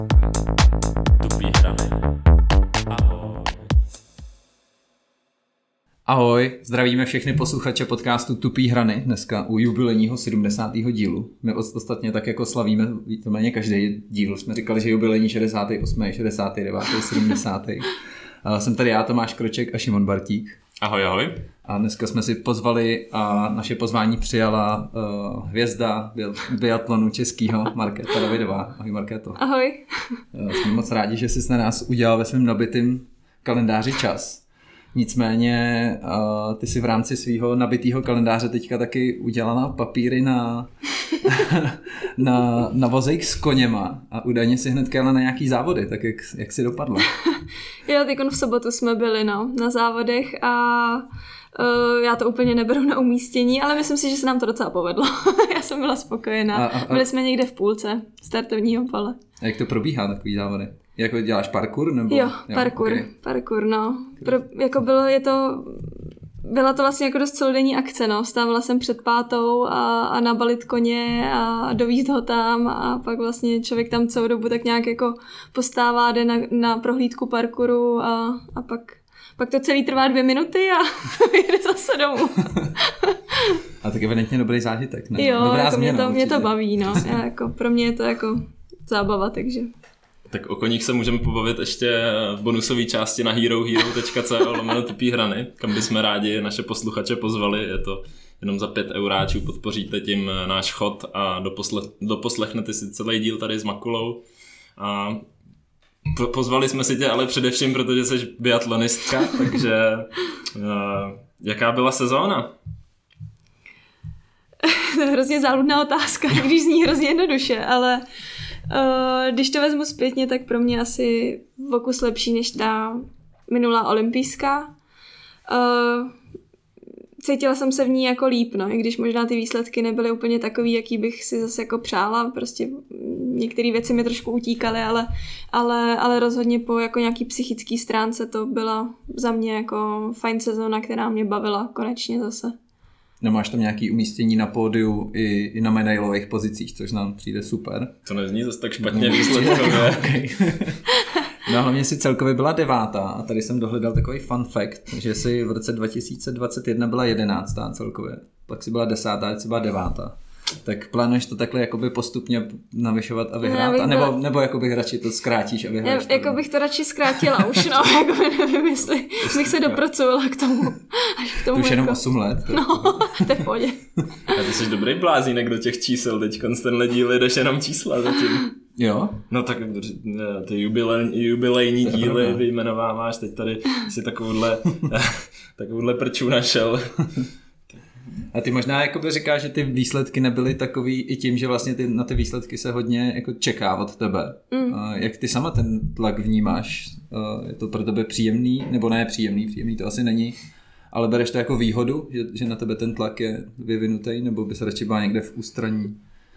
Tupý hrany. Ahoj. Ahoj, zdravíme všechny posluchače podcastu Tupý hrany, dneska u jubilejního 70. dílu. My ostatně tak jako slavíme víceméně každý díl, jsme říkali, že jubilejní 68., 69., 70. Jsem tady já, Tomáš Kroček a Šimon Bartík. Ahoj, ahoj. A dneska jsme si pozvali a naše pozvání přijala hvězda biatlonu českého Markéta Davidová. Ahoj Markéto. Ahoj. Jsme moc rádi, že jsi na nás udělal ve svém nabitém kalendáři čas. Nicméně ty si v rámci svého nabitého kalendáře teďka taky udělala papíry na vozejk s koněma a údajně si hnedka jela na nějaký závody, tak jak si dopadlo? Jo, teď v sobotu jsme byli na závodech a já to úplně neberu na umístění, ale myslím si, že se nám to docela povedlo. Já jsem byla spokojená. Byli jsme někde v půlce startovního pole. A jak to probíhá takový závody? Jako děláš parkour? Nebo? Jo, parkour, no. Byla to vlastně jako dost celodenní akce, no. Vstávala jsem před 5 a nabalit koně a dovízt ho tam a pak vlastně člověk tam celou dobu tak nějak jako postává, jde na prohlídku parkouru a pak to celý trvá 2 minuty a jde zase domů. A tak evidentně dobrý zážitek, ne? Jo, dobrá jako změna, mě to baví, no. Pro mě je to jako zábava, takže... Tak o koních se můžeme pobavit ještě v bonusové části na herohero.co/tupý-hrany, kam bychom rádi naše posluchače pozvali. Je to jenom za 5 euráčů, podpoříte tím náš chod a doposlechnete si celý díl tady s Makulou. A pozvali jsme si tě ale především, protože jsi biatlonistka, takže jaká byla sezóna? To je hrozně záludná otázka, když zní hrozně jednoduše, ale když to vezmu zpětně, tak pro mě asi v okus lepší než ta minulá olympijská. Cítila jsem se v ní jako líp, no, i když možná ty výsledky nebyly úplně takový, jaký bych si zase jako přála, prostě některé věci mi trošku utíkaly, ale rozhodně po jako nějaký psychický stránce to byla za mě jako fajn sezóna, která mě bavila konečně zase. No, máš tam nějaké umístění na pódiu i na medailových pozicích, což nám přijde super. To nezní zase tak špatně výsledkově. Okay. No hlavně si celkově byla 9. a tady jsem dohledal takový fun fact, že si v roce 2021 byla 11. celkově, pak si byla 10. a teď si byla 9. Tak plánuješ to takhle jakoby postupně navyšovat a vyhrát? Nebo jakoby radši to zkrátíš a vyhráš? Jako bych to radši zkrátila už, no, jakoby nevím, jestli bych se dopracovala k tomu. Až k tomu to už jako... jenom 8 let. No, to je v pohodě. A ty jsi dobrý blázínek do těch čísel, teď tenhle díl jdeš jenom čísla zatím. Jo? No tak ty jubilejní díly vyjmenováváš, teď tady si takovouhle prču našel. A ty možná jakoby říkáš, že ty výsledky nebyly takový i tím, že vlastně na ty výsledky se hodně jako čeká od tebe. Jak ty sama ten tlak vnímáš? Je to pro tebe příjemný? Nebo ne příjemný to asi není. Ale bereš to jako výhodu, že na tebe ten tlak je vyvinutý, nebo bys radši byla někde v ústraní?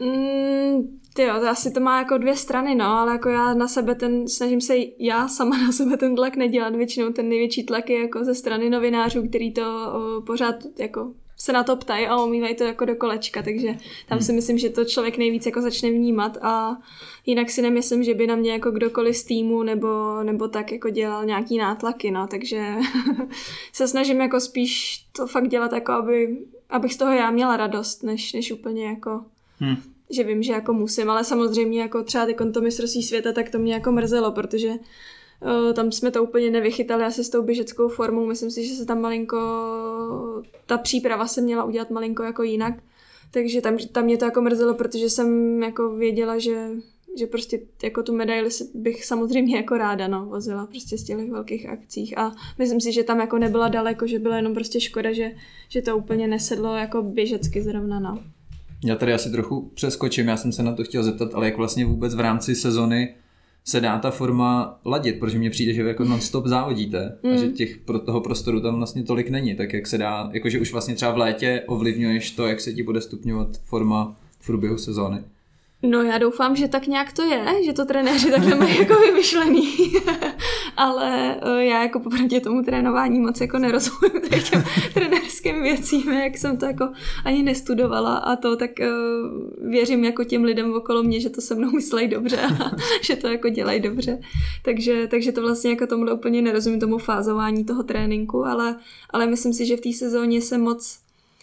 To asi to má jako 2 strany, no, ale jako já na sebe snažím se já sama na sebe ten tlak nedělat. Většinou ten největší tlak je jako ze strany novinářů, který to pořád jako se na to ptají a omývají to jako do kolečka, takže tam si myslím, že to člověk nejvíc jako začne vnímat a jinak si nemyslím, že by na mě jako kdokoliv z týmu nebo tak jako dělal nějaký nátlaky, no, takže se snažím jako spíš to fakt dělat jako, abych z toho já měla radost, než úplně jako, že vím, že jako musím, ale samozřejmě jako třeba to mistrovství světa, tak to mě jako mrzelo, protože tam jsme to úplně nevychytali asi s tou běžeckou formou, myslím si, že se tam malinko, ta příprava se měla udělat malinko jako jinak, takže tam mě to jako mrzelo, protože jsem jako věděla, že prostě jako tu medaili bych samozřejmě jako ráda, no, vozila prostě z těch velkých akcích a myslím si, že tam jako nebyla daleko, že byla jenom prostě škoda, že to úplně nesedlo jako běžecky zrovna, no. Já tady asi trochu přeskočím, já jsem se na to chtěl zeptat, ale jak vlastně vůbec v rámci sezony se dá ta forma ladit, protože mně přijde, že vy jako non-stop závodíte a že pro toho prostoru tam vlastně tolik není, tak jak se dá, jakože už vlastně třeba v létě ovlivňuješ to, jak se ti bude stupňovat forma v průběhu sezóny. No já doufám, že tak nějak to je, že to trenéři takhle mají jako vymyšlený. ale já jako popravdě tomu trénování moc jako nerozumím těm trenérským věcím, jak jsem to jako ani nestudovala a to, tak věřím jako těm lidem okolo mě, že to se mnou myslejí dobře a že to jako dělají dobře. Takže to vlastně jako tomu úplně nerozumím, tomu fázování toho tréninku, ale myslím si, že v té sezóně se moc,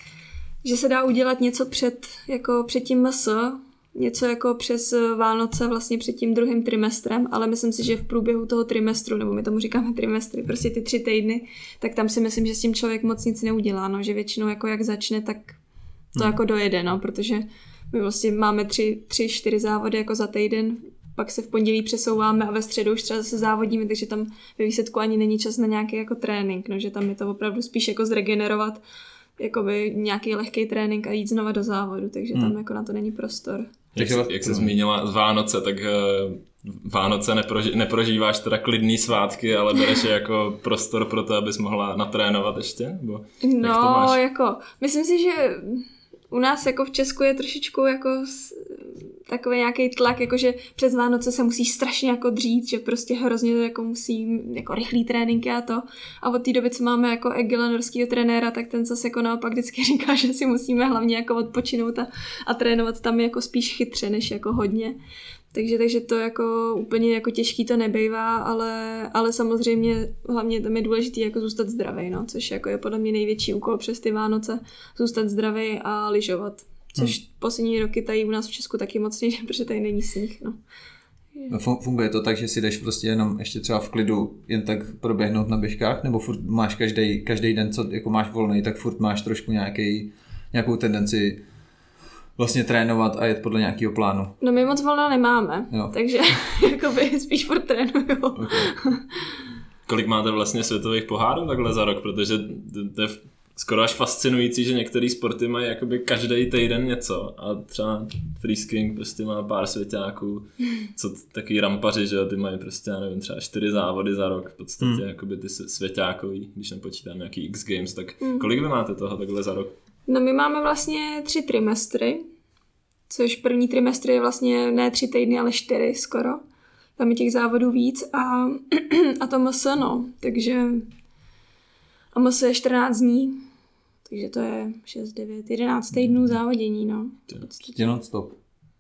že se dá udělat něco před tím MS, něco jako přes Vánoce, vlastně před tím druhým trimestrem, ale myslím si, že v průběhu toho trimestru, nebo my tomu říkáme trimestry, prostě ty 3 týdny, tak tam si myslím, že s tím člověk moc nic neudělá, no, že většinou jako jak začne, tak to jako dojede, no, protože my vlastně máme 3-4 závody jako za týden, pak se v pondělí přesouváme a ve středu už třeba zase závodíme, takže tam ve výsledku ani není čas na nějaký jako trénink, no, že tam je to opravdu spíš jako zregenerovat jakoby nějaký lehký trénink a jít znova do závodu, takže tam jako na to není prostor. Jak jsi zmínila z Vánoce, tak Vánoce neprožíváš teda klidný svátky, ale bereš je jako prostor pro to, abys mohla natrénovat ještě? Nebo no, jako, myslím si, že u nás jako v Česku je trošičku jako takový nějaký tlak, jakože přes Vánoce se musí strašně jako dřít, že prostě hrozně jako musí jako rychlý tréninky a to. A od té doby, co máme jako Egila norského trenéra, tak ten zase jako naopak vždycky říká, že si musíme hlavně jako odpočinout a trénovat tam jako spíš chytře, než jako hodně. Takže to jako úplně jako těžký to nebejvá, ale samozřejmě hlavně tam je důležitý jako zůstat zdravý, no, což jako je podle mě největší úkol přes ty Vánoce, zůstat zdravý a lyžovat. Což poslední roky tady u nás v Česku taky moc nejde, protože tady není sníh, no. No, funguje to tak, že si jdeš prostě jenom ještě třeba v klidu jen tak proběhnout na běžkách, nebo furt máš každý den, co jako máš volnej, tak furt máš trošku nějakou tendenci vlastně trénovat a jet podle nějakého plánu? No my moc volna nemáme, takže jakoby spíš furt trénuju. Okay. Kolik máte vlastně světových pohárů takhle za rok, protože to je skoro až fascinující, že některé sporty mají jakoby každý týden něco a třeba freeskiing prostě má pár svěťáků, co taky rampaři, že jo, ty mají prostě, já nevím, třeba 4 závody za rok, v podstatě jakoby ty svěťákový, když nepočítám nějaký X Games, tak kolik vy máte toho takhle za rok? No my máme vlastně 3 trimestry, což první trimestr je vlastně ne 3 týdny, ale 4 skoro. Tam je těch závodů víc a to MS, no, takže a MS je 14 dní, takže to je 6, 9, 11 týdnů závodění, no. Je non-stop.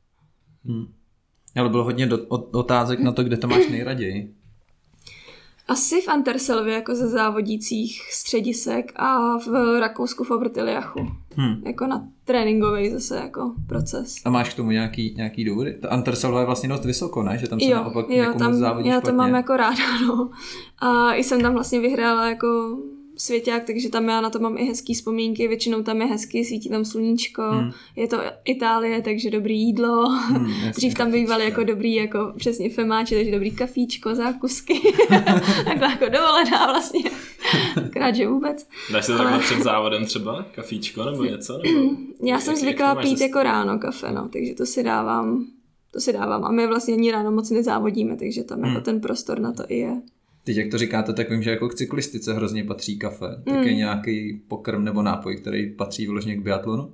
Ale bylo hodně otázek na to, kde to máš nejraději. Asi v Anterselvě jako ze závodících středisek a v Rakousku v Obertiliachu. Jako na tréninkový zase jako proces. A máš k tomu nějaký důvody? Ta Anterselva je vlastně dost vysoko, ne? Že tam se naopak někomu závodí já špatně. To mám jako ráda, no. A jsem tam vlastně vyhrála jako svěťák, takže tam já na to mám i hezký vzpomínky, většinou tam je hezky, svítí tam sluníčko, je to Itálie, takže dobrý jídlo, dřív tam bývaly jako dobrý, jako přesně femáči, takže dobrý kafíčko, zákusky, takhle jako dovolená vlastně, akorát, že vůbec. Dáš se takhle před závodem třeba kafíčko nebo něco? Nebo já jsem zvyklá pít jako ráno kafe, no, takže to si dávám a my vlastně ani ráno moc nezávodíme, takže tam jako ten prostor na to i je. Teď, jak to říkáte, tak vím, že jako k cyklistice hrozně patří kafe. Tak je nějaký pokrm nebo nápoj, který patří vyloženě k biatlonu?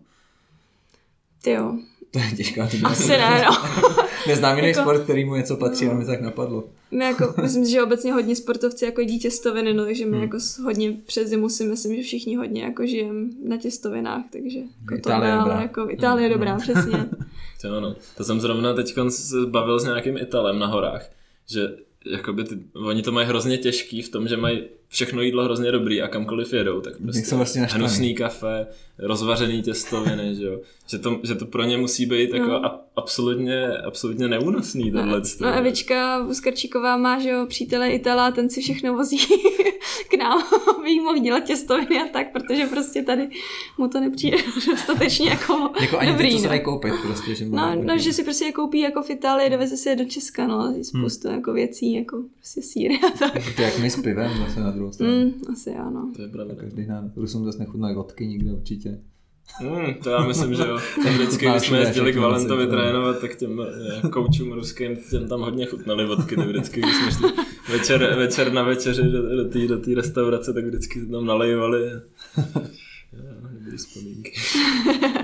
Jo. To je těžká. Asi ne, no. Neznám jiný sport, který mu něco patří, ale mi tak napadlo. My jako, myslím, že obecně hodně sportovci jako jedí těstoviny, no, takže my jako hodně přes zimu si myslím, že všichni hodně jako žijeme na těstovinách, takže jako Itálie je dobrá. Jako Itálie je dobrá, přesně. To jsem zrovna teď se bavil s nějakým Italem na horách, že jakoby oni to mají hrozně těžký v tom, že mají všechno jídlo hrozně dobrý a kamkoliv jedou, tak prostě vlastně hnusný kafe, rozvařený těstoviny, že jo. Že to pro ně musí být jako absolutně neúnosný tohle. No Evička Buskarčíková má, že jo, přítele Itala, ten si všechno vozí k nám, aby jí mohl dělat těstoviny a tak, protože prostě tady mu to nepřijde dostatečně jako ani dobrý. Ani to se dají koupit prostě. Že že si prostě je koupí jako v Itálii, doveze si je do Česka, no, spoustu jako věcí, jako prostě sýry a tak. To jak my s pivem zase na druhou stranu. Asi ano. To je pravda. Každý nám Rusům zase nechutná vodky nikde určitě. To já myslím, že jo. Vždycky, když jsme jezdili k Valentovi trénovat, tak těm koučům ruským těm tam hodně chutnaly vodky. Vždycky, když jsme šli večer na večeři do té restaurace, tak vždycky tam nalejvali. Dobrý vzpomínky.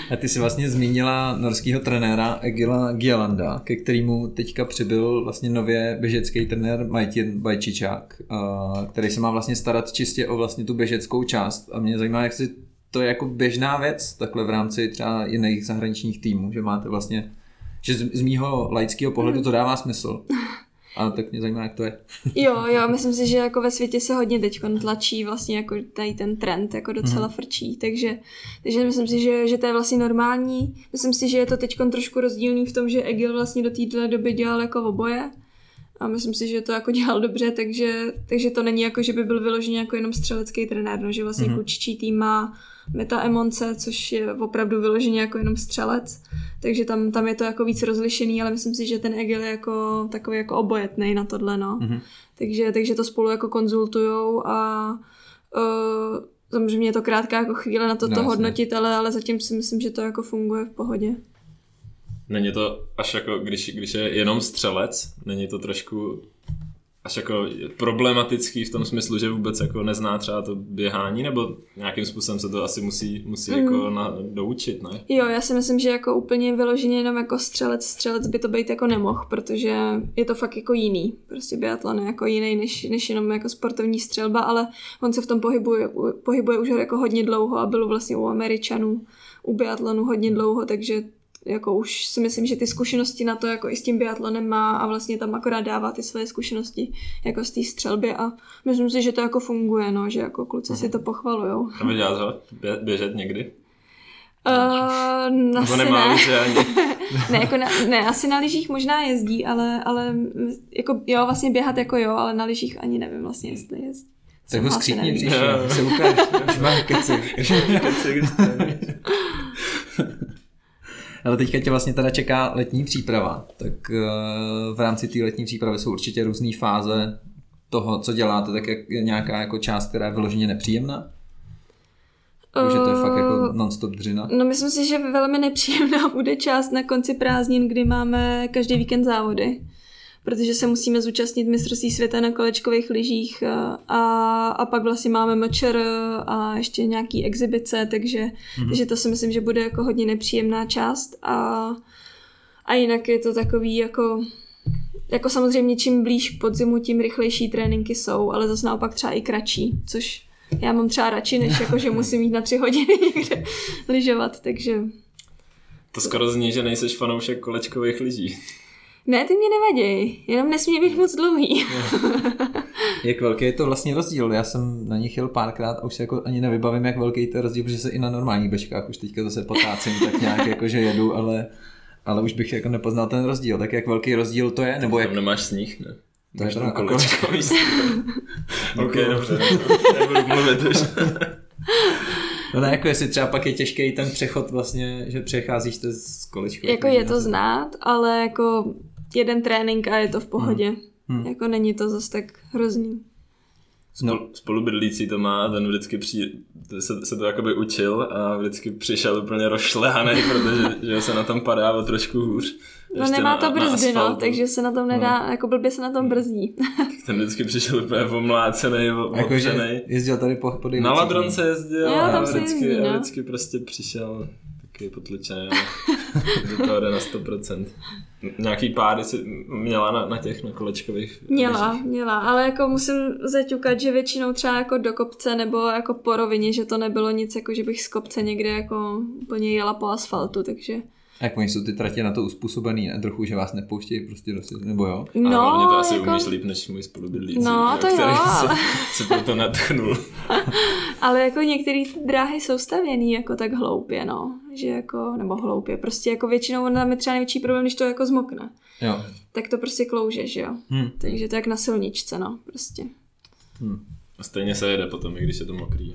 A ty jsi vlastně zmínila norského trenéra Egila Gielanda, ke kterému teďka přibyl vlastně nově běžecký trenér Martin Bajčičák, který se má vlastně starat čistě o vlastně tu běžeckou část. A mě zajímá, jak si to je jako běžná věc takhle v rámci třeba jiných zahraničních týmů, že máte vlastně, že z mýho laického pohledu to dává smysl. A tak mě zajímá, jak to je. Jo, myslím si, že jako ve světě se hodně teďkon tlačí vlastně jako tady ten trend jako docela frčí, takže myslím si, že to je vlastně normální. Myslím si, že je to teďkon trošku rozdílný v tom, že Egil vlastně do téhle doby dělal jako oboje a myslím si, že to jako dělal dobře, takže to není jako, že by byl vyložený jako jenom střelecký trenér, no, že vlastně klučičí tým má Meta Emonce, což je opravdu vyloženě jako jenom střelec, takže tam je to jako víc rozlišený, ale myslím si, že ten Egil je jako takový jako obojetnej na tohle, no. Takže to spolu jako konzultujou a samozřejmě je to krátká jako chvíle na to hodnotit, ale zatím si myslím, že to jako funguje v pohodě. Není to až jako, když je jenom střelec, není to trošku až jako problematický v tom smyslu, že vůbec jako nezná třeba to běhání, nebo nějakým způsobem se to asi musí jako doučit, ne? Jo, já si myslím, že jako úplně vyloženě jenom jako střelec by to být jako nemohl, protože je to fakt jako jiný. Prostě biatlon je jako jiný než jenom jako sportovní střelba, ale on se v tom pohybuje už jako hodně dlouho a byl vlastně u Američanů, u biatlonu hodně dlouho, takže jako už si myslím, že ty zkušenosti na to jako i s tím biatlonem má a vlastně tam akorát dává ty své zkušenosti jako z té střelby a myslím si, že to jako funguje, no, že jako kluci si to pochvalujou. A viděla ho běžet někdy? Nebo nemá už ani? Ne, asi na lyžích možná jezdí, ale jako jo, vlastně běhat jako jo, ale na lyžích ani nevím vlastně, jestli jezdí. Tak ho skřípně přišel, se ukáž, už má keci. Ale teďka tě vlastně teda čeká letní příprava, tak v rámci té letní přípravy jsou určitě různé fáze toho, co děláte, tak je nějaká jako část, která je vyloženě nepříjemná? Takže to je fakt jako non-stop dřina? No myslím si, že velmi nepříjemná bude část na konci prázdnin, kdy máme každý víkend závody, protože se musíme zúčastnit mistrovství světa na kolečkových lyžích a pak vlastně máme MČR a ještě nějaký exibice, takže to si myslím, že bude jako hodně nepříjemná část a jinak je to takový jako samozřejmě čím blíž k podzimu, tím rychlejší tréninky jsou, ale zase naopak třeba i kratší, což já mám třeba radši, než jako, že musím jít na 3 hodiny někde lyžovat, takže... To skoro zní, že nejseš fanoušek kolečkových lyží. Ne, ty mě nevadí, jenom nesmí být moc dlouhý. Jak velký je to vlastně rozdíl? Já jsem na nich jel párkrát a už se jako ani nevybavím, jak velký to je rozdíl, protože se i na normálních bečkách už teďka zase potácím tak nějak jako, že jedu, ale už bych jako nepoznal ten rozdíl. Tak jak velký rozdíl to je? Nebo jak... Tam nemáš sníh, ne? To je tam kolečkový sníh. Ok, dobře, nebudu mluvit už. No ne, jako jestli třeba pak je těžký ten přechod vlastně, že přecházíš to z kolečkových. Jako je to znát, ale jako jeden trénink a je to v pohodě. Jako není to zase tak hrozný. Spolubydlící to má, ten vždycky se to jakoby učil a vždycky přišel úplně rozšlehanej, protože že se na tom padá o trošku hůř. No nemá to brzdy, no, takže se na tom nedá, jako blbě se na tom brzdí. Tak ten vždycky přišel úplně omlácenej, opřenej. Jezdil tady po na Ladronce jezdil jo, a vždycky prostě přišel taky potlučený, ale to jde na 100%. Nějaký pády si měla na kolečkových? Měla, ale jako musím zaťukat, že většinou třeba jako do kopce nebo jako po rovině, že to nebylo nic jako, že bych z kopce někde jako úplně jela po asfaltu, takže... Jak oni jsou ty tratě na to uspůsobený, ne? Trochu, že vás nepouštějí prostě nebo jo? No, a hlavně to asi umíš líp než můj spolubydlící, no, to jo, ale... se proto natchnul. Ale jako některé dráhy jsou stavěný jako tak hloupě, no. Že jako, nebo hloupě, prostě jako většinou tam je třeba největší problém, když to jako zmokne. Jo. Tak to prostě klouže, že jo. Takže to jak na silničce, no, prostě. A stejně se jede potom, i když je to mokrý.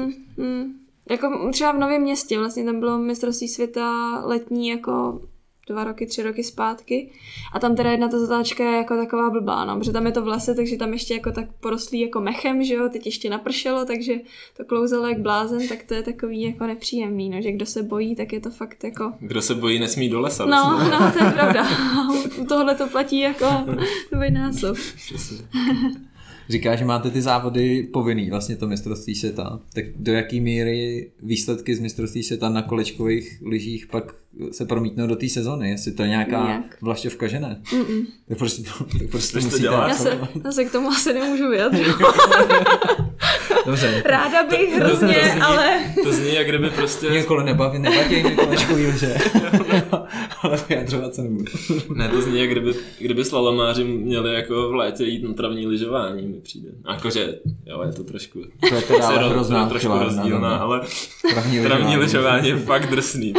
Jako třeba v Novém Městě, vlastně tam bylo mistrovství světa letní jako 3 roky zpátky a tam teda jedna ta zatáčka je jako taková blbá, no, protože tam je to v lese, takže tam ještě jako tak porostlý jako mechem, že jo, teď ještě napršelo, takže to klouzelo jak blázen, tak to je takový jako nepříjemný, no, že kdo se bojí, tak je to fakt jako... Kdo se bojí, nesmí do lesa. No, to je pravda. Tohle to platí jako dvojnásob. říká, že máte ty závody povinný, vlastně to mistrovství světa. Tak do jaký míry výsledky z mistrovství světa na kolečkových lyžích pak se promítnou do té sezony? Jestli to je nějaká vlašťovka, že ne? Tak prostě to musíte... Já se k tomu asi nemůžu vyjadřit. Dobře. Ráda bych hrozně, ale... To zní, jak kdyby prostě... Někoho nevadí mi kolečkový lyže. Ale vyjadřovat se nebudu. Ne, to zní, jak kdyby slalomáři měli jako v létě jít na travní lyžování, mi přijde. Jakože, jo, je to trošku... To je teda hrozná trošku rozdílná, ale travní lyžování je fakt drsný.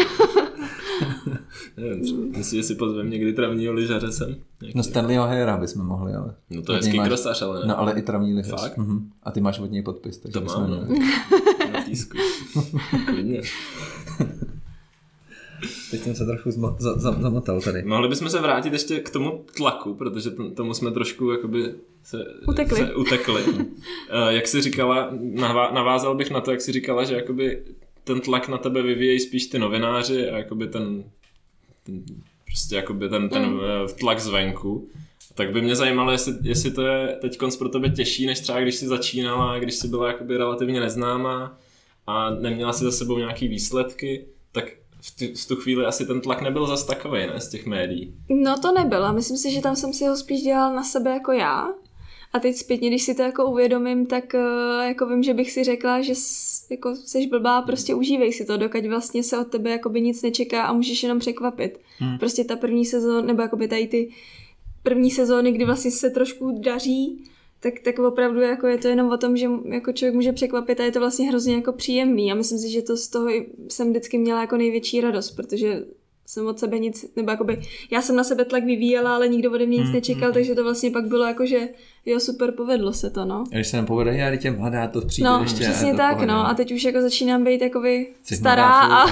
Nevím, myslím, že si pozvem někdy travního lyžaře sem. No Stanleyho Hayera bychom mohli, ale... No to je hezký krosař, ale ne. No ale i travní lyžař. Fakt? A ty máš od něj podpis, takže to mám, no. Na tísku. Klidně. Teď jsem se trochu zamotal tady. Mohli bychom se vrátit ještě k tomu tlaku, protože tomu jsme trošku jakoby se utekli. Jak jsi říkala, navázal bych na to, jak jsi říkala, že jakoby ten tlak na tebe vyvíjejí spíš ty novináři a jakoby ten tlak zvenku. Tak by mě zajímalo, jestli to je teďkonc pro tebe těžší, než třeba když jsi začínala, když jsi byla jakoby relativně neznámá a neměla si za sebou nějaký výsledky, tak v tu chvíli asi ten tlak nebyl zas takovej, ne, z těch médií. No to nebylo, myslím si, že tam jsem si ho spíš dělal na sebe jako já. A teď zpětně, když si to jako uvědomím, tak jako vím, že bych si řekla, že jako seš blbá, prostě užívej si to, dokud vlastně se od tebe jakoby nic nečeká a můžeš jenom překvapit. Prostě ta první sezóna, nebo jakoby tady ty první sezóny, kdy vlastně se trošku daří, tak opravdu jako je to jenom o tom, že jako člověk může překvapit a je to vlastně hrozně jako příjemný a myslím si, že to z toho jsem vždycky měla jako největší radost, protože jsem od sebe nic, nebo jakoby já jsem na sebe tlak vyvíjela, ale nikdo ode mě nic nečekal, takže to vlastně pak bylo jako, že jo, super, povedlo se to, no. A když se nám povede, já těm mladá, to přijde no, ještě. No, přesně tak, pohodě. no, a teď už jako začínám být jakoby stará a...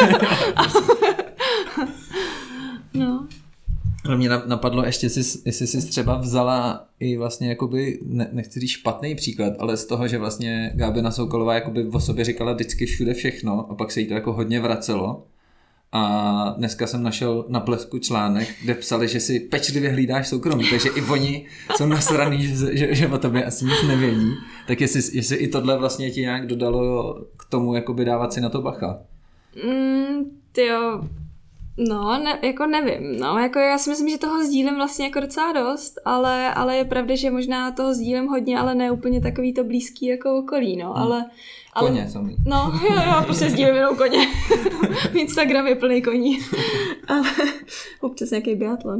no. Ale mě napadlo ještě, jestli jsi třeba vzala i vlastně jakoby, nechci říct špatný příklad, ale z toho, že vlastně Gábina Soukolová jakoby o sobě říkala vždycky všude všechno a pak se jí to jako hodně vracelo. A dneska jsem našel na Plesku článek, kde psali, že si pečlivě hlídáš soukromí, takže i oni jsou nasraný, že o tobě asi nic nevědí. Tak jestli i tohle vlastně ti nějak dodalo k tomu jakoby dávat si na to bacha? Tyjo, no, jako nevím, no, jako já si myslím, že toho sdílím vlastně jako docela dost, ale je pravda, že možná toho sdílím hodně, ale ne úplně takový to blízký jako okolí, no, ale koně samý. No, jo, prostě sdílím jenom koně. Instagram je plný koní. Ale občas nějaký biatlon.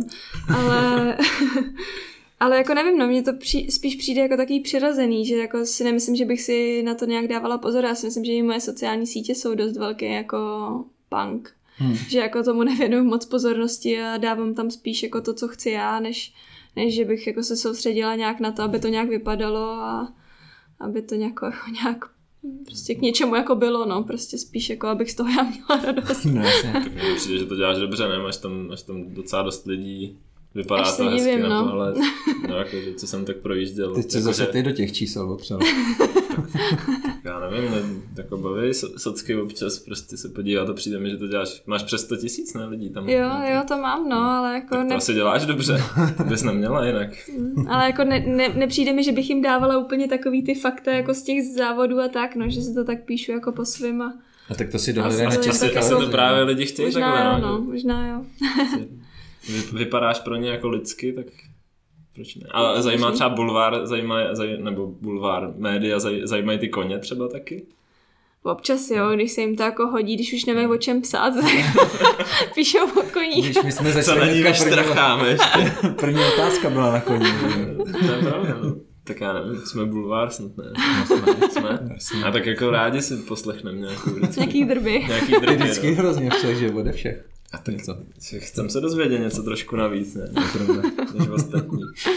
Ale jako nevím, no, mně to spíš přijde jako takový přirozený, že jako si nemyslím, že bych si na to nějak dávala pozor. Já si myslím, že i moje sociální sítě jsou dost velké jako punk. Že jako tomu nevěnuju moc pozornosti a dávám tam spíš jako to, co chci já, než že bych jako se soustředila nějak na to, aby to nějak vypadalo a aby to nějak prostě k něčemu jako bylo, no, prostě spíš jako, abych z toho já měla radost. No, jasně. Tak mně přijde, že to děláš dobře, ne? Máš tam docela dost lidí, vypadá až to hezky divím, na to, ale no, jakože, co jsem tak projížděl. Teď se zase ty do těch čísel opřel. Já nevím, jako baví socky občas, prostě se podívat a přijde mi, že to děláš, máš přes 100 000, ne, lidí tam. Jo, to mám, no, ale jako... Tak to asi děláš dobře, to bys neměla jinak. Ale jako nepřijde mi, že bych jim dávala úplně takový ty fakta jako z těch závodů a tak, no, že si to tak píšu jako po svým a... A tak to si dohledáš na časy, tak to právě lidi chtějí možná takhle, jo, no, možná jo. Vypadáš pro ně jako lidsky, tak proč ne? Ale zajímá třeba bulvár, média, zajímají ty koně třeba taky? Občas jo, když se jim to jako hodí, když už nevím o čem psát, píšou o koních. Když my jsme co na ní vyštracháme ještě? První otázka byla na koní. To je pravda, no. Tak já nevím, jsme bulvár snad, ne? No, jsme. A tak jako rádi si poslechneme nějakou vždycky. Nějaký drby. Ty vždycky no. hrozně všech, že ode všech. A tak něco. Chcem se dozvědět něco trošku navíc, ne? Než ostatní.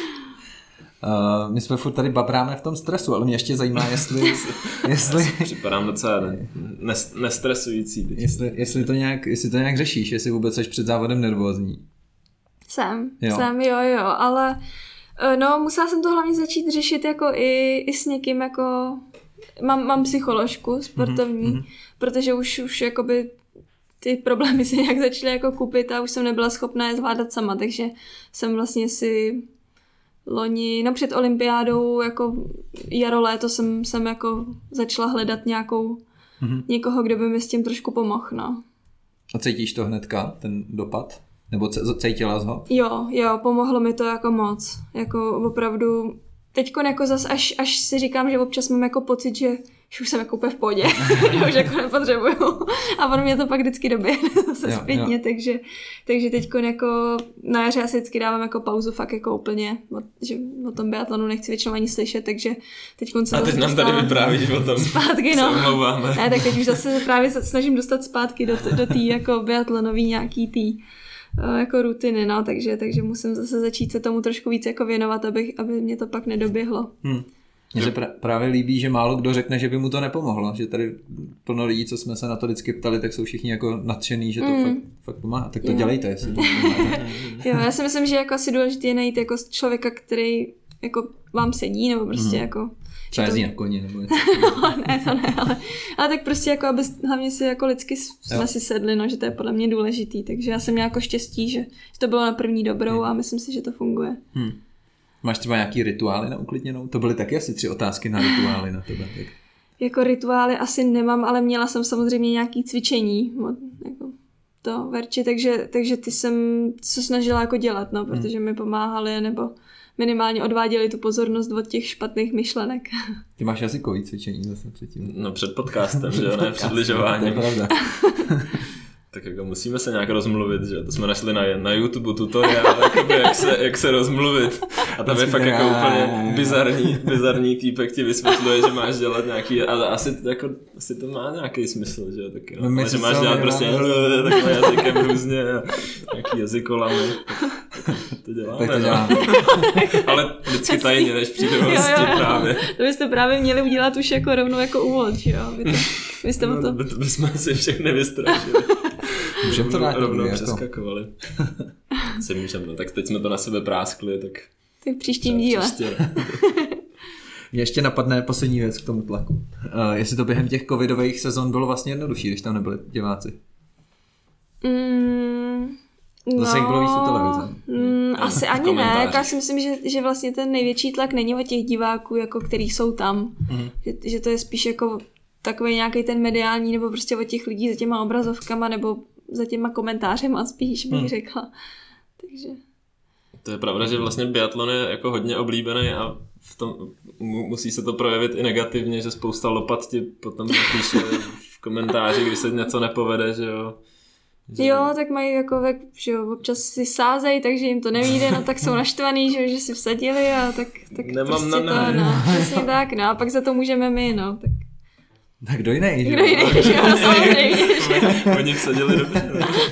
My jsme furt tady babráme v tom stresu, ale mě ještě zajímá, jestli připadám docela nestresující. Jestli to nějak řešíš, jestli vůbec jsi před závodem nervózní. Jsem, jo, ale no, musela jsem to hlavně začít řešit jako i s někým jako, mám psycholožku sportovní, protože už jakoby ty problémy se nějak začaly jako kupit a už jsem nebyla schopná je zvládat sama, takže jsem vlastně si loni, no před olympiádou, jako jaro, léto jsem jako začala hledat někoho, kdo by mi s tím trošku pomohl, no. A cítíš to hnedka, ten dopad? Nebo cítila jsi ho? Jo, pomohlo mi to jako moc. Jako opravdu, teďko jako zas až si říkám, že občas mám jako pocit, že už jsem jako úplně v pohodě, že už jako nepotřebuju. A on mě to pak vždycky doběhne zase zpětně, takže teďko jako na jaře asi vždycky dávám jako pauzu fakt jako úplně, že o tom biatlonu nechci většinou ani slyšet, takže teďko se a teď nám tady vyprávíš o tom. Zpátky, no. Ne, tak teď už zase právě snažím dostat zpátky do té jako biatlonový nějaký tý jako rutiny, no, takže musím zase začít se tomu trošku víc jako věnovat, aby mě to pak nedoběhlo. Mně se právě líbí, že málo kdo řekne, že by mu to nepomohlo, že tady plno lidí, co jsme se na to vždycky ptali, tak jsou všichni jako nadšený, že to fakt pomáhá. Tak to dělejte, jestli to pomáháte. Jo, já si myslím, že jako asi důležité je najít jako člověka, který jako vám sedí, nebo prostě jako... Třeba jezdí na koni, nebo něco. Ne, to ne, ale tak prostě jako, aby hlavně si jako lidsky jsme si sedli, no, že to je podle mě důležitý, takže já jsem měla jako štěstí, že to bylo na první dobrou a myslím si, že to funguje. Máš třeba nějaký rituály na uklidněnou? To byly taky asi 3 otázky na rituály na tebe. Tak. Jako rituály asi nemám, ale měla jsem samozřejmě nějaký cvičení, jako to Verči, takže ty jsem se snažila jako dělat, no, protože mi pomáhali, nebo minimálně odváděli tu pozornost od těch špatných myšlenek. Ty máš jazykový cvičení zase předtím. No před podcastem, že jo, ne před lyžováním. To je pravda. Tak jako musíme se nějak rozmluvit, že to jsme našli na YouTube tutoriál, jakoby jak se rozmluvit. A tam je fakt jako úplně bizarní týpek ti vysvětluje, že máš dělat nějaký, ale asi to má nějaký smysl, že jo, taky no. Ale že máš dělat prostě takhle jazykem různě a nějaký jazykolamy. To děláme, tak to děláme. Ale vždycky tajně, než přijde hosti právě. To byste právě měli udělat už jako rovnou jako úvod, že jo? To bychom si všechny vystrašili. Můžeme to dát rovnou přeskakovali. Můžeme, tak teď jsme to na sebe práskli, tak v příštím díle. Mě ještě napadne poslední věc k tomu tlaku. Jestli to během těch covidových sezon bylo vlastně jednodušší, když tam nebyli diváci? Zase jich bylo víc u televize. Asi ani ne, jako já si myslím, že vlastně ten největší tlak není o těch diváků, jako který jsou tam. Že to je spíš jako takový nějaký ten mediální, nebo prostě od těch lidí za těma obrazovkama, nebo za těma komentářema spíš bych řekla. Takže... To je pravda, že vlastně biatlon je jako hodně oblíbený a v tom musí se to projevit i negativně, že spousta lopat ti potom napíše v komentáři, když se něco nepovede, že jo. Jo, tak mají jako, že jo, občas si sázejí, takže jim to nevíde, no tak jsou naštvaný, že si vsadili a tak nemám prostě to, no, přesně tak, no a pak za to můžeme my, no, tak. Tak kdo jiný, že jo? Kdo jiný, že jo, samozřejmě. Oni vsadili dobře.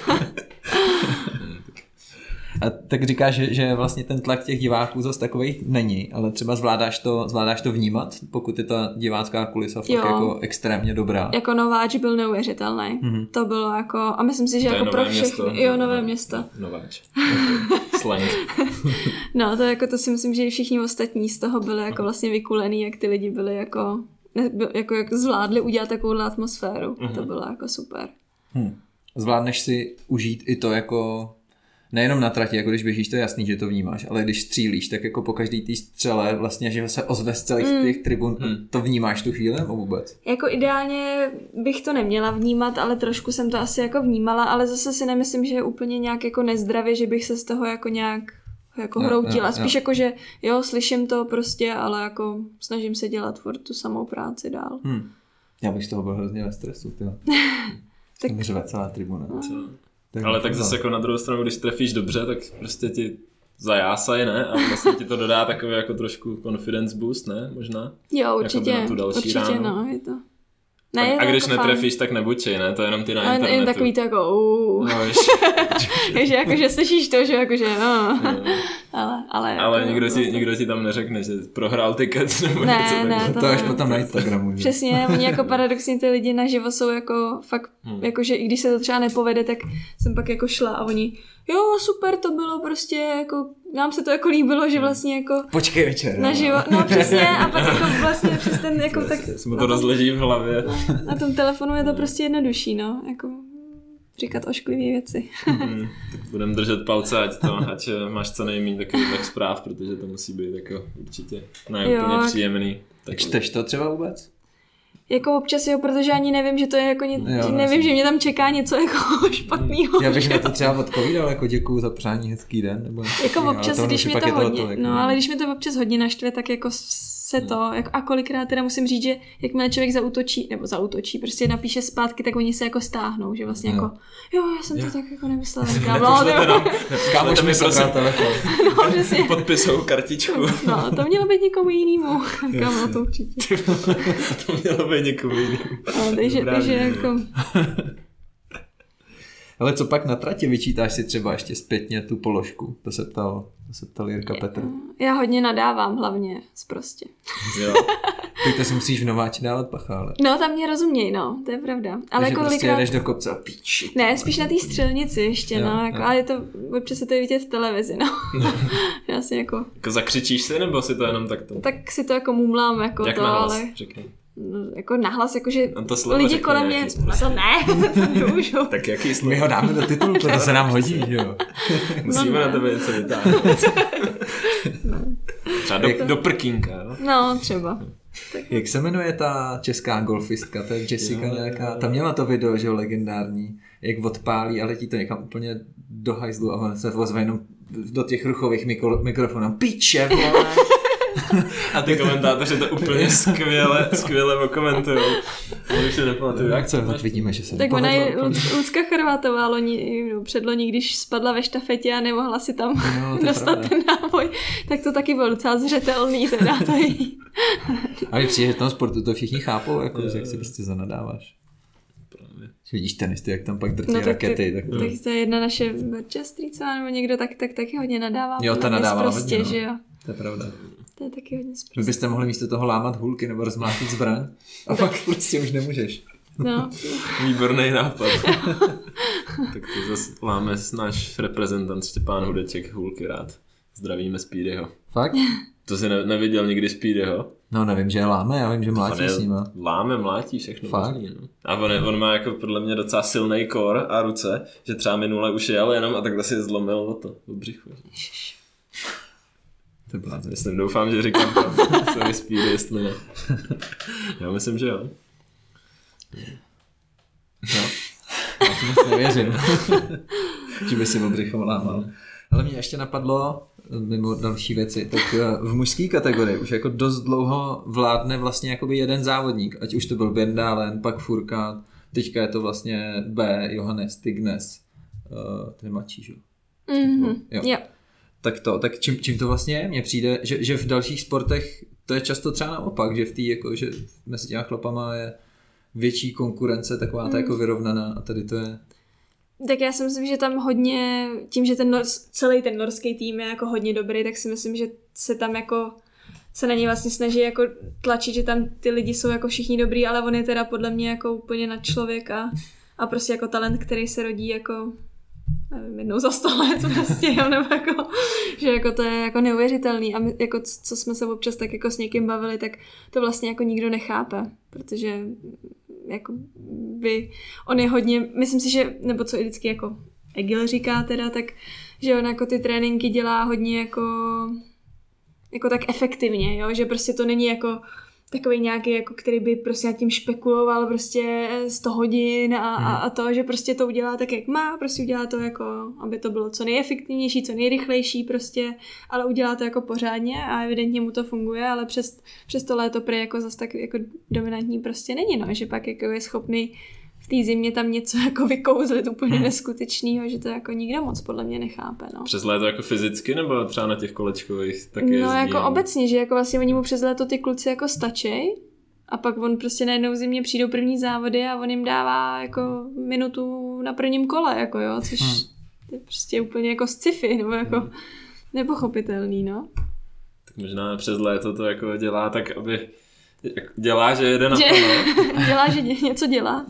A tak říkáš, že vlastně ten tlak těch diváků zase takovej není, ale třeba zvládáš to vnímat, pokud je ta divácká kulisa fakt jako extrémně dobrá. Jako Nováč byl neuvěřitelný. To bylo jako, a myslím si, že to jako pro všechny. Jo, nové město. Nováč. Slang. No, to jako to si myslím, že i všichni ostatní z toho byli jako vlastně vykulený, jak ty lidi byli jako jak zvládli udělat takovou atmosféru. To bylo jako super. Zvládneš si užít i to jako nejenom na trati, jako když běžíš, to je jasný, že to vnímáš, ale když střílíš, tak jako po každý té střele vlastně, že se ozve z celých těch tribun, to vnímáš tu chvíli nebo vůbec? Jako ideálně bych to neměla vnímat, ale trošku jsem to asi jako vnímala, ale zase si nemyslím, že je úplně nějak jako nezdravě, že bych se z toho jako nějak jako hroutila. Spíš jako, že jo, slyším to prostě, ale jako snažím se dělat furt tu samou práci dál. Já bych z toho byl hrozně ve stresu, tak řve celá tribuna. Ale tak zase jako na druhou stranu, když trefíš dobře, tak prostě ti zajásají, ne? A vlastně ti to dodá takový jako trošku confidence boost, ne? Možná? Jo, určitě, na tu další určitě, ráno. No, je to. Ne, a když jako netrefíš, tak nebučej, ne? To je jenom ty na internetu. Jen takový to jako Takže jakože slyšíš to, že jakože no. Ale nikdo ti tam neřekne, že prohrál tiket nebo něco. To až potom na Instagramu. Přesně, oni jako paradoxně ty lidi naživo jsou jako fakt, jakože i když se to třeba nepovede, tak jsem pak jako šla a oni jo, super, to bylo prostě jako, nám se to jako líbilo, že vlastně jako počkej večer. Naživo, no přesně, a pak jako vlastně přes ten jako tak. Se mu to rozleží v hlavě. Na tom telefonu je to prostě jednodušší, no, jako. říkat ošklivé věci. Tak budeme držet palce, ať máš co nejméně takových zpráv, protože to musí být jako určitě úplně příjemný. Tak čteš to třeba vůbec? Jako občas jo, protože ani nevím, že to je jako nevím, že mě tam čeká něco jako špatného. Já bych na to třeba odpovídal, jako děkuju za přání, hezký den. Nebo jako občas, když mi to hodně, ale když mi to občas hodně naštve, tak jako se to, jako, a kolikrát teda musím říct, že jakmile člověk zaútočí, prostě napíše zpátky, tak oni se jako stáhnou, že vlastně jako, já jsem to tak jako nemyslela. Kámoš mi sebral telefon. No, přesně. Podpisou kartičku. No, to mělo být někomu jinému. Kámo, to určitě. To mělo být někomu jinému. Takže jako... Ale co pak na trati vyčítáš si třeba ještě zpětně tu položku? To se ptal Jirka Petr. Já hodně nadávám hlavně prostě. Jo. Tak to si musíš v Nováči dávat pacha, ale... No, tam mě rozuměj, no, to je pravda. Ale jako prostě jedeš do kopce a píči. Ne, spíš na té střelnici ještě, jo, no, jako, ale je to, občas se to vidět v televizi, no. Já si jako zakřičíš si, nebo si to jenom takto? Tak si to jako mumlám, jako jak to, nahlas, ale... Řekni. No, jako nahlas, jakože lidi kolem mě, to ne, to nemůžu. Tak jaký slovo? My ho dáme do titulu, to se nám hodí, jo. Musíme na tebe něco vytáhnout. Třeba do prkínka, jo? No, třeba. Jak se jmenuje ta česká golfistka, to je Jessica nějaká, ta měla to video, že jo, legendární, jak odpálí a letí to někam úplně do hajzlu a ona se ozve jenom do těch ruchových mikrofonů, piče, vole. A ty komentátoři to úplně skvěle okomentujou. Už se nepamatuju, jak co? Tak vidíme, že se tak ona je Lucka Chrvátová předloni, když spadla ve štafetě a nemohla si tam dostat ten náboj, tak to taky bylo docela zřetelný teda to jí. Ale přijde, že v tom sportu to všichni chápou, jako, jak si prostě zanadáváš. Vidíš tenisty, jak tam pak drtí rakety. Tak to je jedna naše Manchestricová nebo někdo, tak taky hodně nadává. Jo, ta nadávala prostě, hodně, no. Že jo. To je pravda. To je taky hodně sprostě. Vy byste mohli místo toho lámat hůlky nebo rozmlátit zbraň a pak prostě už nemůžeš. No. Výborný nápad. Tak to zase láme náš reprezentant Štěpán Hudeček hůlky rád. Zdravíme Speedyho. Fakt? To jsi neviděl nikdy Speedyho? No nevím, že je láme, já vím, že mlátí s nima. Láme, mlátí, všechno možný, no. A on má jako podle mě docela silný kor a ruce, že třeba minule už jel jenom a takhle si zlomil o břichu. Myslím, doufám, že říkám sorry Speedy, jestli ne. Já myslím, že jo. No. Já si moc nevěřím. Že by si o břicho lámal. Ale mě ještě napadlo, mimo další věci, tak v mužské kategorii už jako dost dlouho vládne vlastně jakoby jeden závodník, ať už to byl Bendalen, pak Furkát, teďka je to vlastně B, Johannes Tignes, ten mladší, že? Jo. Tak čím to vlastně je? Mně přijde, že v dalších sportech to je často třeba naopak, že v té jako, že mezi těma chlapama je větší konkurence, taková ta jako vyrovnaná a tady to je... Tak já si myslím, že tam hodně, tím, že celý ten norský tým je jako hodně dobrý, tak si myslím, že se tam jako se na něj vlastně snaží jako tlačit, že tam ty lidi jsou jako všichni dobrý, ale on je teda podle mě jako úplně nad člověka a prostě jako talent, který se rodí jako nevím, jednou za 100 let prostě, nebo jako, že jako to je jako neuvěřitelný a my, jako co jsme se občas tak jako s někým bavili, tak to vlastně jako nikdo nechápe, protože jako by on je hodně, myslím si, že, nebo co i vždycky jako Egil říká teda, tak že on jako ty tréninky dělá hodně jako tak efektivně, jo, že prostě to není jako takový nějaký, jako který by prostě nad tím špekuloval prostě 100 hodin a to, že prostě to udělá tak, jak má, prostě udělá to jako, aby to bylo co nejefektivnější, co nejrychlejší prostě, ale udělá to jako pořádně a evidentně mu to funguje, ale přes to léto prý jako zase tak jako dominantní prostě není, no, že pak jako je schopný v té zimě tam něco jako vykouzlit úplně neskutečného, že to jako nikdo moc podle mě nechápe, no. Přes léto jako fyzicky nebo třeba na těch kolečkových taky jezdí? No jako obecně, že jako vlastně oni mu přes léto ty kluci jako stačí a pak on prostě najednou v zimě přijdou první závody a on jim dává jako minutu na prvním kole, jako jo, což je prostě úplně jako sci-fi, nebo jako nepochopitelný, no. Tak možná přes léto to jako dělá tak, aby dělá, že jede na plno. Dělá, že něco dělá.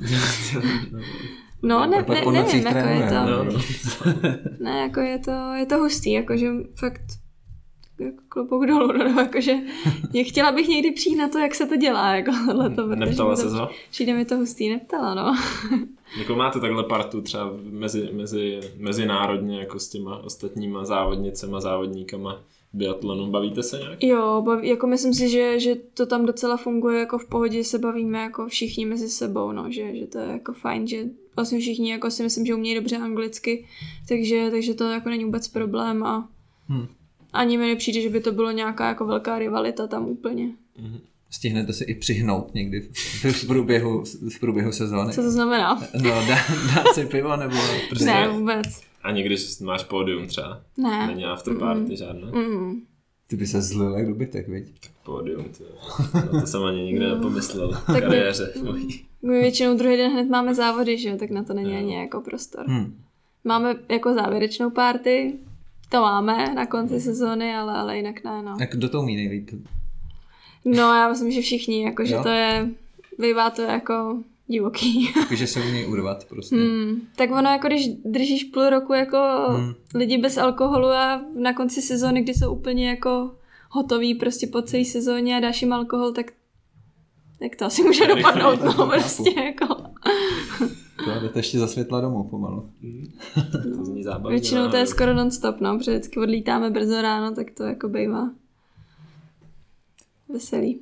No, nevím, jako je to... Ne, jako je to hustý, jako že fakt jako klobouk dolů, no, jakože chtěla bych někdy přijít na to, jak se to dělá, jako tohleto. Neptala se to? Přijde mi to hustý, neptala, no. Jako máte takhle partu třeba mezinárodně jako s těma ostatníma závodnicema, závodníkama biatlonu, bavíte se nějak? Jo, jako myslím si, že to tam docela funguje jako v pohodě, se bavíme jako všichni mezi sebou, no, že to je jako fajn, že vlastně všichni jako si myslím, že umějí dobře anglicky, takže to jako není vůbec problém a ani mi nepřijde, že by to bylo nějaká jako velká rivalita tam úplně. Stihnete se i přihnout někdy v průběhu sezóny? Co to znamená? No, dát si pivo nebo... Prostě ne, vůbec. Ani když máš pódium třeba? Ne. Není afterparty žádná? Ty by se zlil jak dobytek, viď? Tak pódium, no to jsem ani nikdy nepomyslel v kariéře. My většinou druhý den hned máme závody, že jo, tak na to není ani jako prostor. Máme jako závěrečnou party, to máme na konci sezóny, ale jinak ne, no. A kdo to umí nejlíp? No, já myslím, že všichni, jako, že to je, bývá to jako divoký. Takže se umí urvat prostě. Tak ono, jako když držíš půl roku jako lidi bez alkoholu a na konci sezóny, kdy jsou úplně jako hotoví prostě po celé sezóně a dáš jim alkohol, tak to asi může dopadnout, no, prostě jako. To jdete ještě za světla domů pomalu. To zní zábavně. Většinou to je skoro non-stop, no, protože vždycky odlítáme brzo ráno, tak to jako bývá veselý.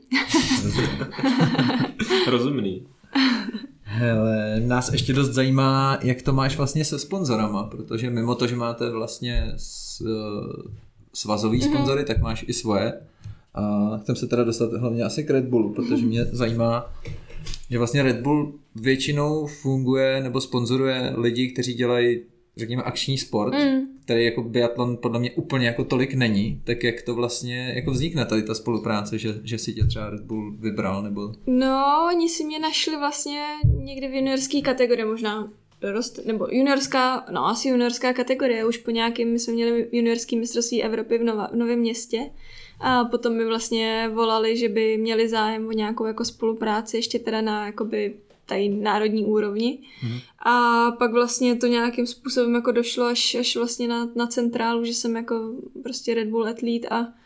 Rozumný. Hele, nás ještě dost zajímá, jak to máš vlastně se sponzorama, protože mimo to, že máte vlastně svazový sponzory, tak máš i svoje. A chcem se teda dostat hlavně asi k Red Bullu, protože mě zajímá, že vlastně Red Bull většinou funguje nebo sponzoruje lidi, kteří dělají, řekněme, akční sport, který jako biatlon podle mě úplně jako tolik není, tak jak to vlastně jako vznikne tady ta spolupráce, že si tě třeba Red Bull vybral, nebo... No, oni si mě našli vlastně někdy v juniorské kategorii, možná nebo juniorská, no asi juniorská kategorie, už po nějakým, my jsme měli juniorský mistrovství Evropy v Novém Městě a potom mi vlastně volali, že by měli zájem o nějakou jako spolupráci ještě teda na jakoby tady národní úrovni. A pak vlastně to nějakým způsobem jako došlo až vlastně na centrálu, že jsem jako prostě Red Bull athlete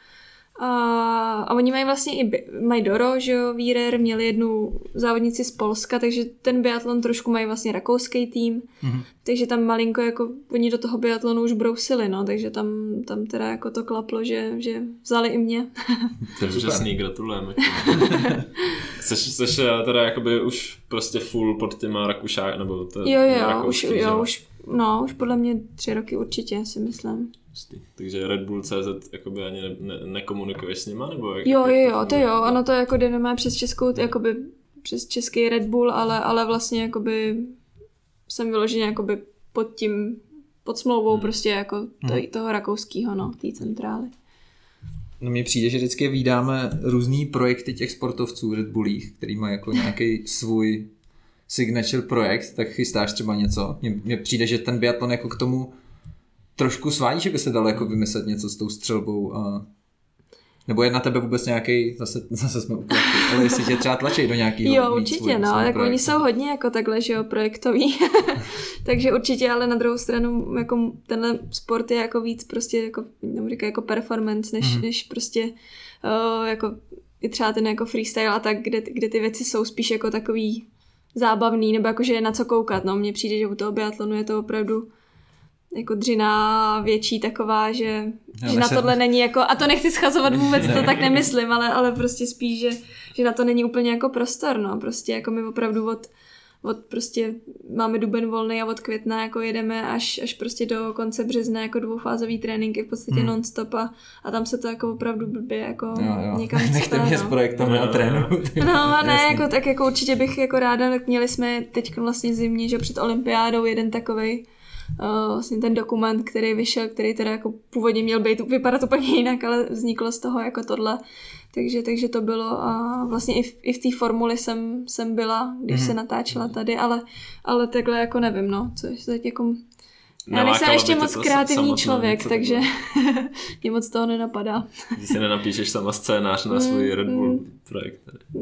a oni mají vlastně mají Doro, že jo, Vírer, měli jednu závodnici z Polska, takže ten biatlon trošku mají vlastně rakouský tým, takže tam malinko jako oni do toho biatlonu už brousili, no, takže tam teda jako to klaplo, že vzali i mě. To je úžasný, gratulujeme. Seš teda jakoby už prostě full pod těma Rakušák, nebo to už podle mě 3 roky určitě, si myslím. Takže Red Bull CZ jakoby ani nekomunikuješ s nima, nebo jak? Jo, ono to jako jde nemá přes českou, jakoby přes český Red Bull, ale vlastně jakoby jsem vyloženě jakoby pod smlouvou prostě jako toho rakouského, no, té centrály. No mně přijde, že vždycky vídáme různý projekty těch sportovců Red Bullích, který mají jako nějaký svůj signature projekt, tak chystáš třeba něco. Mně přijde, že ten biatlon jako k tomu trošku svádí, že by se dalo jako vymyslet něco s tou střelbou a... Nebo je na tebe vůbec nějaký, zase jsme úplně, ale jestli tě třeba tlačí do nějakého... Jo, určitě, no, jako oni jsou hodně jako takhle, že jo, projektoví, takže určitě, ale na druhou stranu, jako tenhle sport je jako víc prostě, jako, říká, jako performance, než prostě jako i třeba ten jako freestyle a tak, kde ty věci jsou spíš jako takový zábavný, nebo jakože je na co koukat, no, mně přijde, že u toho biatlonu je to opravdu jako dřina větší taková, že na tohle není jako, a to nechci schazovat vůbec, to tak nemyslím, ale prostě spíš, že na to není úplně jako prostor, no, prostě jako my opravdu od prostě máme duben volný a od května jako jedeme až prostě do konce března jako 2fázový tréninky v podstatě non-stop a tam se to jako opravdu blbě jako někam cpe. Nechte mě s projektem a trénu. No a ne, jako, tak jako určitě bych jako ráda, tak měli jsme teď vlastně zimně, že před olympiádou jeden takovej vlastně ten dokument, který vyšel, který teda jako původně měl být vypadat úplně jinak, ale vzniklo z toho jako tohle. Takže to bylo a vlastně i v té formuli jsem byla, když se natáčela tady, ale takhle jako nevím, no, co je teď jako... Já nejsem ještě moc kreativní člověk, takže mě moc toho nenapadá. Když si nenapíšeš sama scénář na svůj Red Bull projekt.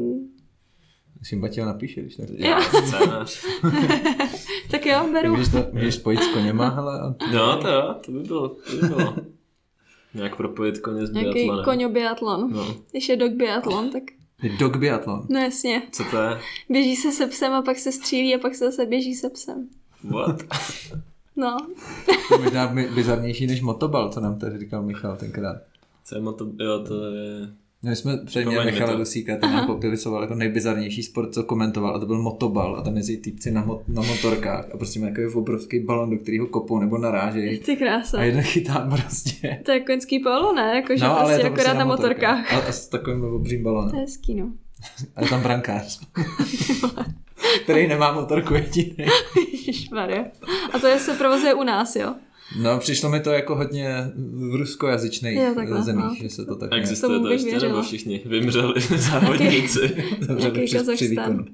Šimba ti ho napíše, když tak. Já, scénář. Tak jo, beru. Můžeš spojit s koněma, hele. No, to by bylo. Nějak propojit koně s nějaký biatlonem. koňobiatlon. No. Když je dog biatlon, tak... Dog biatlon. No jasně. Co to je? Běží se psem a pak se střílí a pak se zase běží se psem. What? No. To je možná bizarnější než motobal, co nám tady říkal Michal tenkrát. Co je jo, to je... No, my jsme předměli Michala Dusíka, ten nám popisoval jako nejbizarnější sport, co komentoval, a to byl motobal, a tam jezdí týpci na motorkách a prostě má takový obrovský balon, do kterého kopou nebo narážejí. Ty krása. A jeden chytá prostě. To je koňský polo, ne? Jakože No, prostě akorát na motorkách. A s takovým obřím balonem. To je hezký, no. A je tam brankář, který nemá motorku jediný. Ježišmarja. A to se provozuje u nás, jo? No, přišlo mi to jako hodně v ruskojazyčných zemích, že se to tak existuje to ještě, nebo všichni vymřeli závodníci. Nějaký Kazachstan.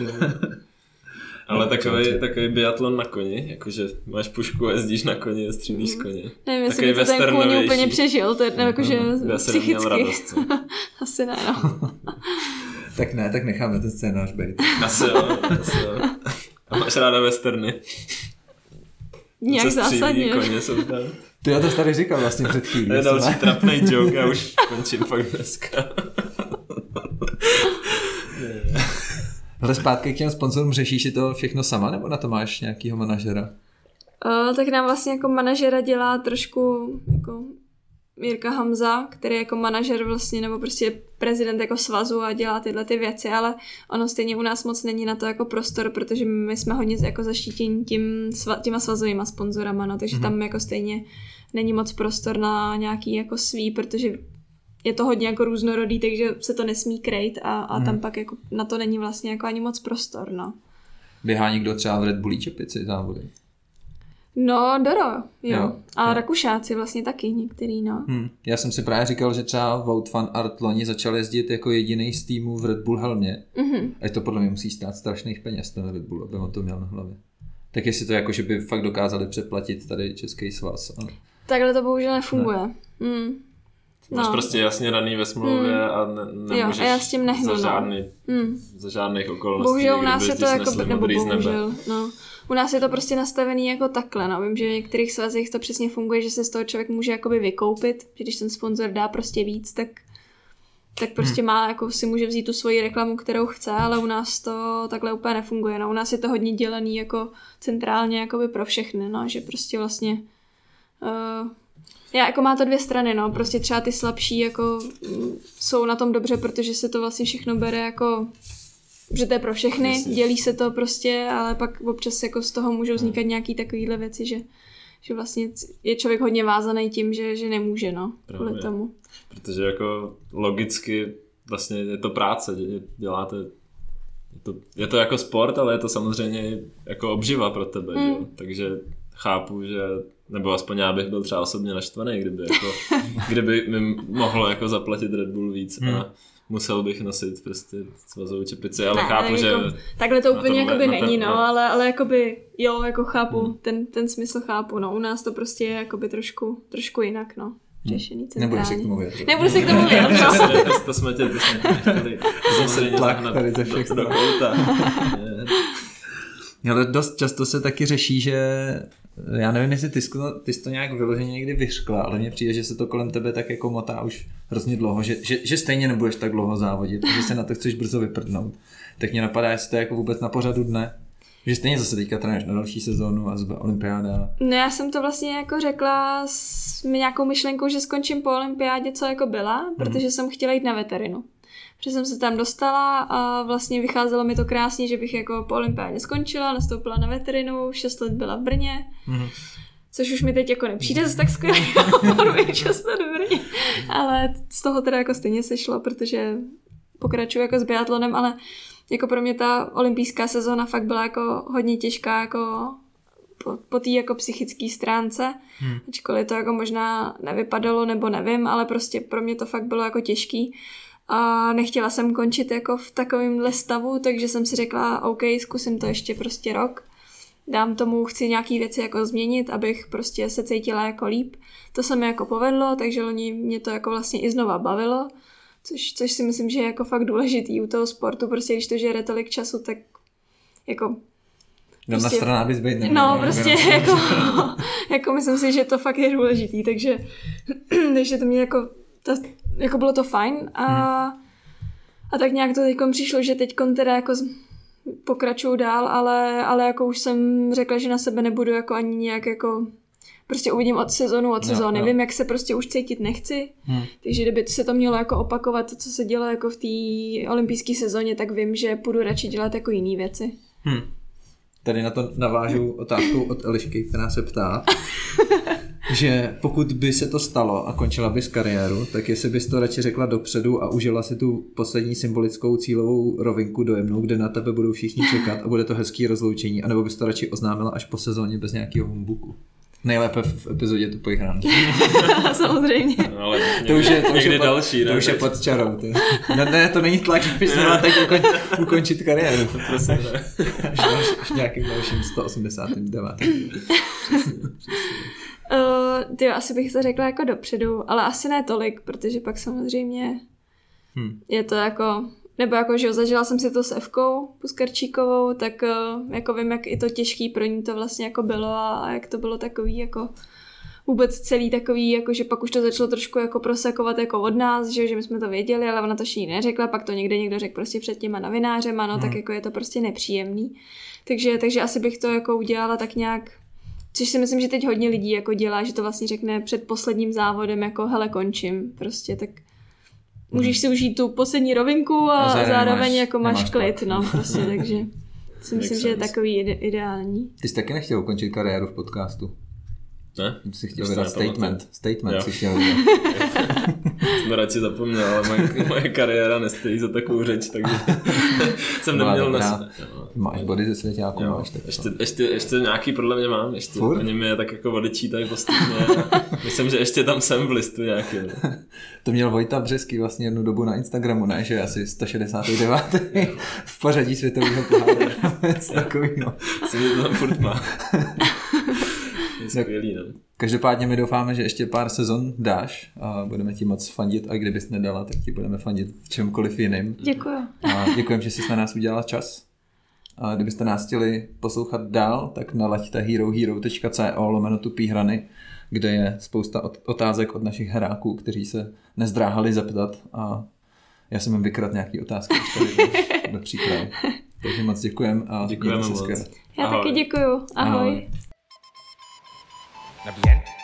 Ale takový biatlon na koni, jakože máš pušku a jezdíš na koni a střílíš koně. Nevím, jestli by to ten kůň úplně přežil, to je jakože psychicky. Asi ne, no. Tak ne, tak necháme ten scénář být. Asi jo. A máš ráda westerny? Nějak zásadně. Koně jsou tam. Ty já to tady říkal vlastně před chvílí. To je další trapnej joke, já už končím fakt dneska. Ale zpátky k těm sponzorům, řešíš si to všechno sama, nebo na to máš nějakýho manažera? Tak nám vlastně jako manažera dělá trošku jako Jirka Hamza, který je jako manažer vlastně, nebo prostě prezident jako svazu a dělá tyhle ty věci, ale ono stejně u nás moc není na to jako prostor, protože my jsme hodně jako zaštítění těma svazovýma sponzorama, no, takže tam jako stejně není moc prostor na nějaký jako svý, protože je to hodně jako různorodý, takže se to nesmí krejt a tam pak jako na to není vlastně jako ani moc prostor, no. Běhá někdo třeba v Red Bulli čepici závody? No, Doro, jo. A Rakušáci vlastně taky některý, no. Já jsem si právě říkal, že třeba Wout van Aert loni začal jezdit jako jediný z týmu v Red Bull helmě. A to podle mě musí stát strašných peněz ten Red Bull, aby on to měl na hlavě. Tak jestli to jako, že by fakt dokázali přeplatit tady Český svaz. Takhle to bohužel nefunguje. Ne. Máš prostě jasně daný ve smlouvě a nemůžeš a já s tím nehnu, za žádných okolností. Bohužel u nás je to jako, nebo bohužel, no. U nás je to prostě nastavený jako takhle, no. Vím, že v některých svazích to přesně funguje, že se z toho člověk může jakoby vykoupit, že když ten sponzor dá prostě víc, tak prostě má, jako si může vzít tu svoji reklamu, kterou chce, ale u nás to takhle úplně nefunguje, no. U nás je to hodně dělený jako centrálně jakoby pro všechny, no, že prostě vlastně jako má to dvě strany, no, prostě třeba ty slabší jako jsou na tom dobře, protože se to vlastně všechno bere jako, že to je pro všechny, jasně. Dělí se to prostě, ale pak občas jako z toho můžou vznikat nějaký takovýhle věci, že vlastně je člověk hodně vázaný tím, že nemůže, no, kvůli tomu. Protože jako logicky vlastně je to práce, děláte, je to jako sport, ale je to samozřejmě jako obživa pro tebe, jo? Takže chápu, že nebo aspoň já bych byl třeba osobně naštvaný, kdyby mi mohlo jako zaplatit Red Bull víc a musel bych nosit prostě svazovou čepici, ale chápu, že... Takhle to úplně jakoby není, no, ale jakoby, jo, jako chápu, ten smysl chápu, no, u nás to prostě je jakoby trošku jinak, no, řešený centrálně. Nebudu si k tomu vědět. Nebudu si k tomu vědět, no. To jsme chtěli zase tlak tady ze všech do kouta. Ale dost často se taky řeší, že já nevím, jestli ty jsi to nějak vyloženě někdy vyřkla, ale mně přijde, že se to kolem tebe tak jako motá už hrozně dlouho, že stejně nebudeš tak dlouho závodit, že se na to chceš brzo vyprdnout. Tak mě napadá, jestli to je jako vůbec na pořadu dne, že stejně zase teďka trénuješ na další sezónu a olympiáda. No já jsem to vlastně jako řekla s nějakou myšlenkou, že skončím po olympiádě, co jako byla, protože jsem chtěla jít na veterinu. Protože jsem se tam dostala a vlastně vycházelo mi to krásně, že bych jako po olympiádě skončila, nastoupila na veterinu, 6 let byla v Brně, což už mi teď jako nepřijde zase tak skvělý, 6 let v Brně, ale z toho teda jako stejně sešlo, protože pokračuju jako s biatlonem, ale jako pro mě ta olympijská sezóna fakt byla jako hodně těžká jako po té jako psychické stránce, ačkoliv to jako možná nevypadalo nebo nevím, ale prostě pro mě to fakt bylo jako těžký. A nechtěla jsem končit jako v takovémhle stavu, takže jsem si řekla, OK, zkusím to ještě prostě rok. Dám tomu, chci nějaký věci jako změnit, abych prostě se cítila jako líp. To se mi jako povedlo, takže loni mě to jako vlastně i znova bavilo, což si myslím, že je jako fakt důležitý u toho sportu, prostě když to žere tolik času, tak jako Prostě, na stranách bys být no, prostě jako myslím si, že to fakt je důležitý, takže to mě jako bylo to fajn a tak nějak to teďkom přišlo, že teďkom teda jako pokračuju dál, ale jako už jsem řekla, že na sebe nebudu jako ani nějak jako prostě uvidím od sezóny. Vím, jak se prostě už cítit nechci, takže kdyby se to mělo jako opakovat, to, co se dělo jako v té olympijské sezóně, tak vím, že půjdu radši dělat jako jiné věci. Tady na to navážu otázkou od Elišky, která se ptá, že pokud by se to stalo a končila bys kariéru, tak jestli bys to radši řekla dopředu a užila si tu poslední symbolickou cílovou rovinku dojemnou, kde na tebe budou všichni čekat a bude to hezký rozloučení, anebo bys to radši oznámila až po sezóně bez nějakého humbuku. Nejlépe v epizodě Tupých ran. Samozřejmě. No, ale to už je pod čarou. Ne, to není tlak, že bys měla tak ukončit kariéru. Až nějakým dalším 189. Asi bych to řekla jako dopředu, ale asi ne tolik, protože pak samozřejmě je to jako, nebo jako, že zažila jsem si to s Evkou Puskarčíkovou, tak jako vím, jak i to těžký pro ní to vlastně jako bylo a jak to bylo takový jako vůbec celý takový, jako že pak už to začalo trošku jako prosakovat jako od nás, že my jsme to věděli, ale ona to ještě neřekla, pak to někdo řekl prostě před těma novinářema, no tak jako je to prostě nepříjemný. Takže asi bych to jako udělala tak nějak, což si myslím, že teď hodně lidí jako dělá, že to vlastně řekne před posledním závodem jako hele končím, prostě tak můžeš si užít tu poslední rovinku a zároveň jako máš klid, no prostě, takže si myslím, že je takový ideální. Ty jsi taky nechtěl ukončit kariéru v podcastu? Ne? Jsi chtěl vydat statement si chtěl vydat. Jsem radši zapomněl, ale moje kariéra nestojí za takovou řeč, takže jsem neměl na... Máš body ze svěťáku, máš tak. Ještě nějaký podle mě mám, ještě oni mě tak jako odečítají postupně. Myslím, že ještě tam jsem v listu nějaký. To měl Vojta Břeský vlastně jednu dobu na Instagramu, ne? Že asi 169. v pořadí světového poháru. Takovýho. Myslím, že to tam furt má. Skvělý, no. Každopádně my doufáme, že ještě pár sezon dáš a budeme ti moc fandit a kdybys nedala, tak ti budeme fandit v čemkoliv jiným. Děkuji. A děkujeme, že jsi na nás udělala čas. A kdybyste nás chtěli poslouchat dál, tak nalaďte herohero.co/tupýhrany, kde je spousta otázek od našich heráků, kteří se nezdráhali zeptat a já jsem jim vykradl nějaký otázky do přípravy. Takže moc děkujeme a děkujeme moc. Já taky děkuju. Ahoj. Ahoj.